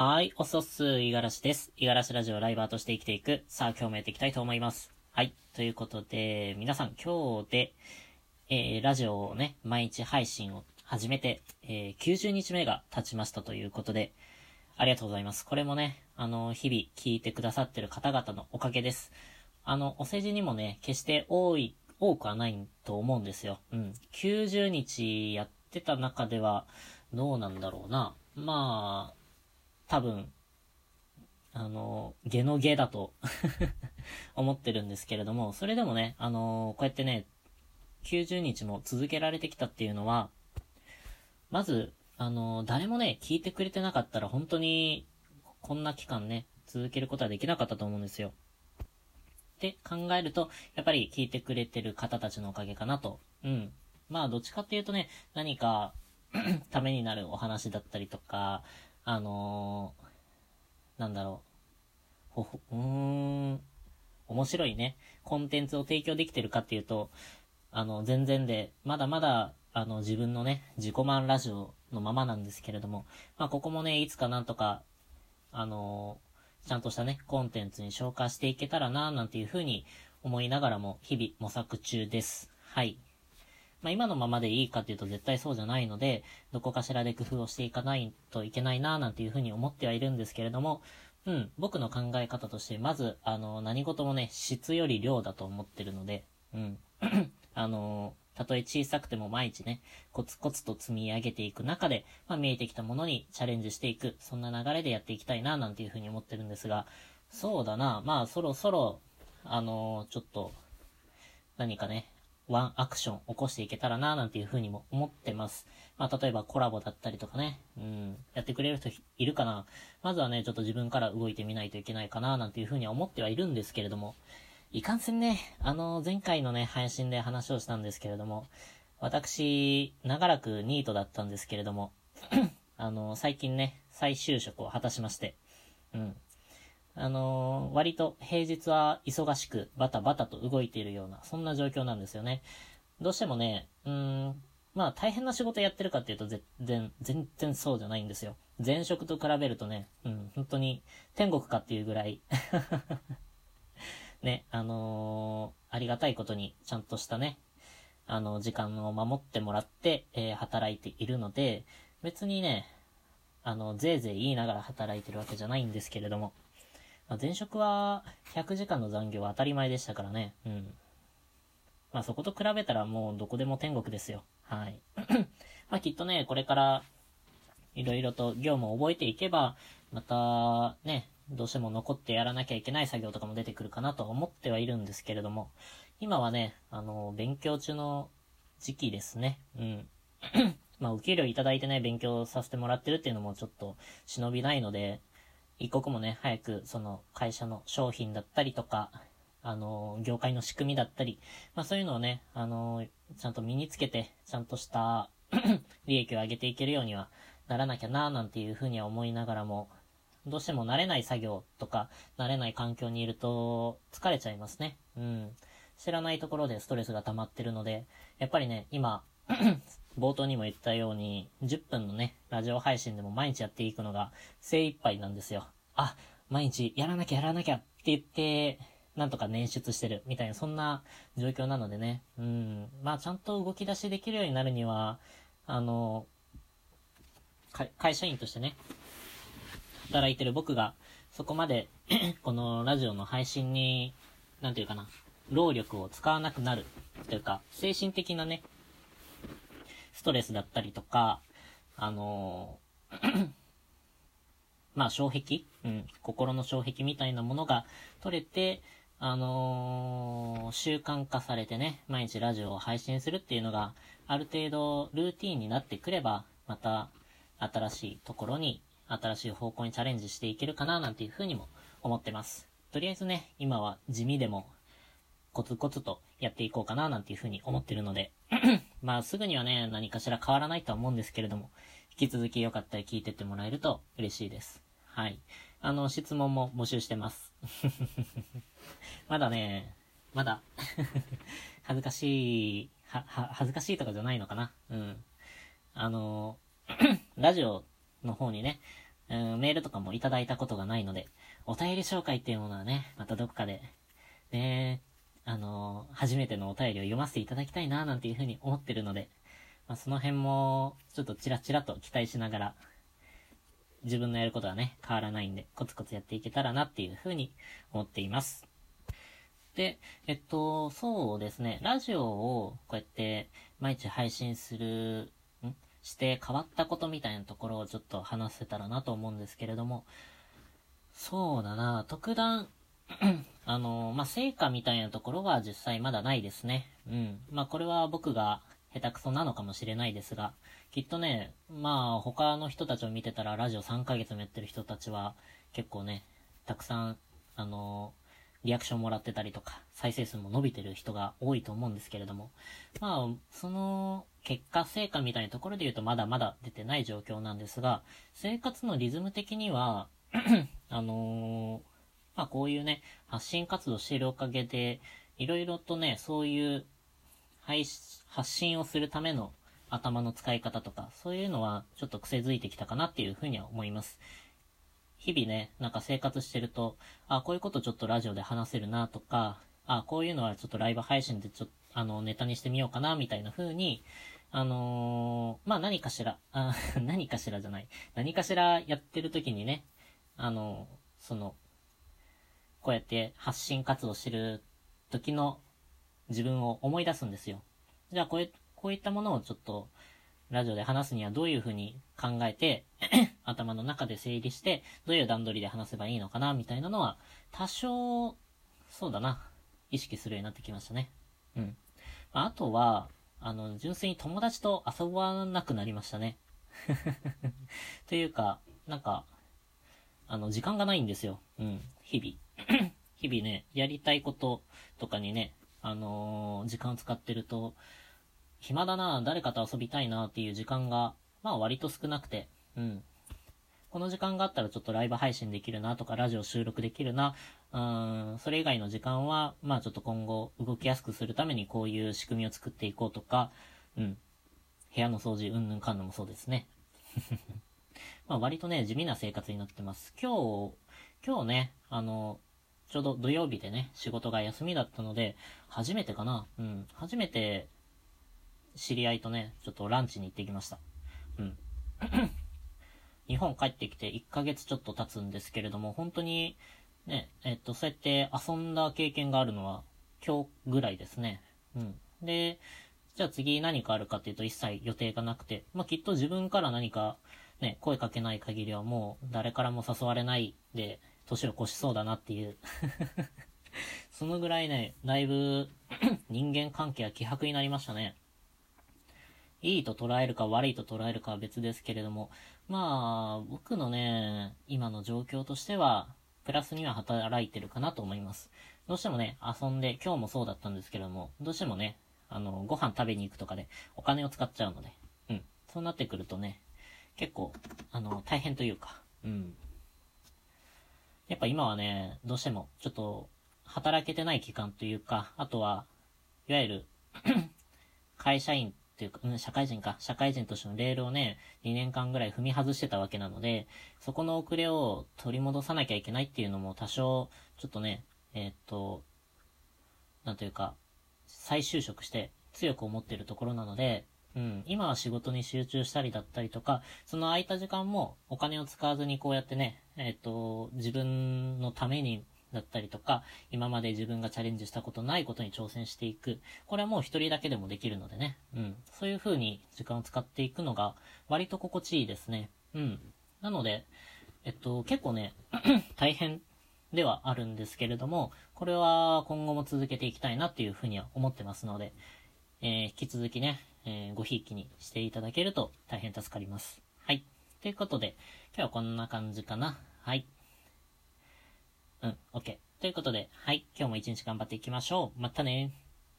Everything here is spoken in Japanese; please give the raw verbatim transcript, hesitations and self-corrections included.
はい、おそっす、いがらしです。いがらしラジオライバーとして生きていく。さあ、今日もやっていきたいと思います。はい、ということで、皆さん今日で、えー、ラジオをね、毎日配信を始めて、えー、きゅうじゅうにちめが経ちましたということで、ありがとうございます。これもね、あの、日々聞いてくださってる方々のおかげです。あの、お世辞にもね、決して多い、多くはないと思うんですよ。うん。きゅうじゅうにちやってた中では、どうなんだろうな。まあ、多分、あの、ゲのゲだと思ってるんですけれども、それでもね、あの、こうやってね、きゅうじゅうにちも続けられてきたっていうのは、まず、あの、誰もね、聞いてくれてなかったら本当に、こんな期間ね、続けることはできなかったと思うんですよ。って考えると、やっぱり聞いてくれてる方たちのおかげかなと。うん。まあ、どっちかっていうとね、何かためになるお話だったりとか、あのーなんだろう、ほほ、うーん、面白いね、コンテンツを提供できてるかっていうと、あの、全然で、まだまだ、あの、自分のね、自己満ラジオのままなんですけれども、まあ、ここもね、いつかなんとか、あのーちゃんとしたね、コンテンツに消化していけたらな、なんていうふうに思いながらも、日々模索中です。はい。まあ、今のままでいいかっていうと絶対そうじゃないので、どこかしらで工夫をしていかないといけないな、なんていうふうに思ってはいるんですけれども、うん、僕の考え方として、まず、あの、何事もね、質より量だと思ってるので、うん。あの、たとえ小さくても毎日ね、コツコツと積み上げていく中で、まあ、見えてきたものにチャレンジしていく、そんな流れでやっていきたいな、なんていうふうに思ってるんですが、そうだな、まあ、そろそろ、あの、ちょっと、何かね、ワンアクション起こしていけたらな、なんていうふうにも思ってます。まあ、例えばコラボだったりとかね、うん、やってくれる人いるかな。まずはね、ちょっと自分から動いてみないといけないかな、なんていうふうには思ってはいるんですけれども、いかんせんね、あの、前回のね、配信で話をしたんですけれども、私、長らくニートだったんですけれども、あの、最近ね、再就職を果たしまして、うん。あのー、割と平日は忙しくバタバタと動いているような、そんな状況なんですよね。どうしてもね、うーん、まあ大変な仕事やってるかっていうと全然、全然そうじゃないんですよ。前職と比べるとね、うん、本当に天国かっていうぐらいね、あのー、ありがたいことにちゃんとしたね、あの、時間を守ってもらって、えー、働いているので、別にね、あの、ぜいぜい言いながら働いてるわけじゃないんですけれども、まあ、前職はひゃくじかんの残業は当たり前でしたからね。うん。まあそこと比べたらもうどこでも天国ですよ。はい。まあきっとね、これからいろいろと業務を覚えていけば、またね、どうしても残ってやらなきゃいけない作業とかも出てくるかなと思ってはいるんですけれども、今はね、あの、勉強中の時期ですね。うん。まあ、お給料いただいてね、勉強させてもらってるっていうのもちょっと忍びないので、一刻もね、早くその会社の商品だったりとか、あの、業界の仕組みだったり、まあそういうのをね、あの、ちゃんと身につけて、ちゃんとした利益を上げていけるようにはならなきゃな、なんていうふうには思いながらも、どうしても慣れない作業とか、慣れない環境にいると疲れちゃいますね。うん。知らないところでストレスが溜まってるので、やっぱりね、今、冒頭にも言ったように、じゅっぷんのね、ラジオ配信でも毎日やっていくのが精一杯なんですよ。あ、毎日やらなきゃやらなきゃって言って、なんとか捻出してるみたいな、そんな状況なのでね。うん。まあ、ちゃんと動き出しできるようになるには、あの、会社員としてね、働いてる僕が、そこまでこのラジオの配信に、なんていうかな、労力を使わなくなる。というか、精神的なね、ストレスだったりとか、あのまあ、障壁、うん、心の障壁みたいなものが取れて、あのー、習慣化されてね、毎日ラジオを配信するっていうのが、ある程度ルーティーンになってくれば、また新しいところに、新しい方向にチャレンジしていけるかな、なんていうふうにも思ってます。とりあえずね、今は地味でも、コツコツとやっていこうかな、なんていうふうに思ってるので、まあ、すぐにはね、何かしら変わらないとは思うんですけれども、引き続きよかったら聞いてってもらえると嬉しいです。はい。あの、質問も募集してます。まだね、まだ恥ずかしい、は、は、恥ずかしいとかじゃないのかな。うん。あの、ラジオの方にね、 うん、メールとかもいただいたことがないので、お便り紹介っていうものはね、またどっかで、ね、あのー、初めてのお便りを読ませていただきたいななんていうふうに思ってるので、まあ、その辺も、ちょっとチラチラと期待しながら、自分のやることはね、変わらないんで、コツコツやっていけたらなっていうふうに思っています。で、えっと、そうですね、ラジオをこうやって毎日配信する、んして変わったことみたいなところをちょっと話せたらなと思うんですけれども、そうだな、特段、あの、まあ、成果みたいなところは実際まだないですね。うん。まあ、これは僕が下手くそなのかもしれないですが、きっとね、まあ、他の人たちを見てたらラジオさんかげつもやってる人たちは結構ね、たくさん、あの、リアクションもらってたりとか、再生数も伸びてる人が多いと思うんですけれども、まあ、その、結果成果みたいなところで言うとまだまだ出てない状況なんですが、生活のリズム的には、あのー、まあこういうね、発信活動しているおかげで、いろいろとね、そういう配発信をするための頭の使い方とか、そういうのはちょっと癖づいてきたかなっていうふうには思います。日々ね、なんか生活してると、あ、こういうことちょっとラジオで話せるなとか、あ、こういうのはちょっとライブ配信でちょっと、あの、ネタにしてみようかな、みたいな風に、あのー、まあ何かしら、あ、何かしらじゃない。何かしらやってる時にね、あのー、その、こうやって発信活動してる時の自分を思い出すんですよ。じゃあこうい、こういったものをちょっとラジオで話すにはどういう風に考えて頭の中で整理してどういう段取りで話せばいいのかなみたいなのは多少そうだな意識するようになってきましたね。うん。あとはあの純粋に友達と遊ばなくなりましたね。というかなんかあの時間がないんですよ。うん。日々日々ねやりたいこととかにねあのー、時間を使ってると暇だな、誰かと遊びたいなっていう時間が、まあ割と少なくて、うん。この時間があったらちょっとライブ配信できるなとか、ラジオ収録できるな、うーん、それ以外の時間は、まあちょっと今後動きやすくするためにこういう仕組みを作っていこうとか、うん。部屋の掃除、うんぬんかんぬんもそうですね。まあ割とね、地味な生活になってます。今日、今日ね、あの、ちょうど土曜日でね、仕事が休みだったので、初めてかな、うん、初めて、知り合いとね、ちょっとランチに行ってきました。うん。日本帰ってきていっかげつちょっと経つんですけれども、本当に、ね、えっと、そうやって遊んだ経験があるのは今日ぐらいですね。うん。で、じゃあ次何かあるかっていうと一切予定がなくて、まあ、きっと自分から何かね、声かけない限りはもう誰からも誘われないで、年を越しそうだなっていうそのぐらいね、だいぶ人間関係は希薄になりましたね。いいと捉えるか悪いと捉えるかは別ですけれども、まあ、僕のね、今の状況としては、プラスには働いてるかなと思います。どうしてもね、遊んで、今日もそうだったんですけれども、どうしてもね、あの、ご飯食べに行くとかでお金を使っちゃうので、うん。そうなってくるとね、結構、あの、大変というか、うん。やっぱ今はね、どうしても、ちょっと、働けてない期間というか、あとは、いわゆる会社員っていうか、うん、社会人か。社会人としてのレールをね、にねんかんぐらい踏み外してたわけなので、そこの遅れを取り戻さなきゃいけないっていうのも多少、ちょっとね、えー、っと、なんというか、再就職して強く思ってるところなので、うん、今は仕事に集中したりだったりとか、その空いた時間もお金を使わずにこうやってね、えー、っと、自分のためにだったりとか、今まで自分がチャレンジしたことないことに挑戦していく。これはもう一人だけでもできるのでね。うん。そういう風に時間を使っていくのが割と心地いいですね。うん。なので、えっと、結構ね、大変ではあるんですけれども、これは今後も続けていきたいなっていう風には思ってますので、えー、引き続きね、えー、ごひいきにしていただけると大変助かります。はい。ということで、今日はこんな感じかな。はい。うん、OK。ということで、はい、今日も一日頑張っていきましょう。またね。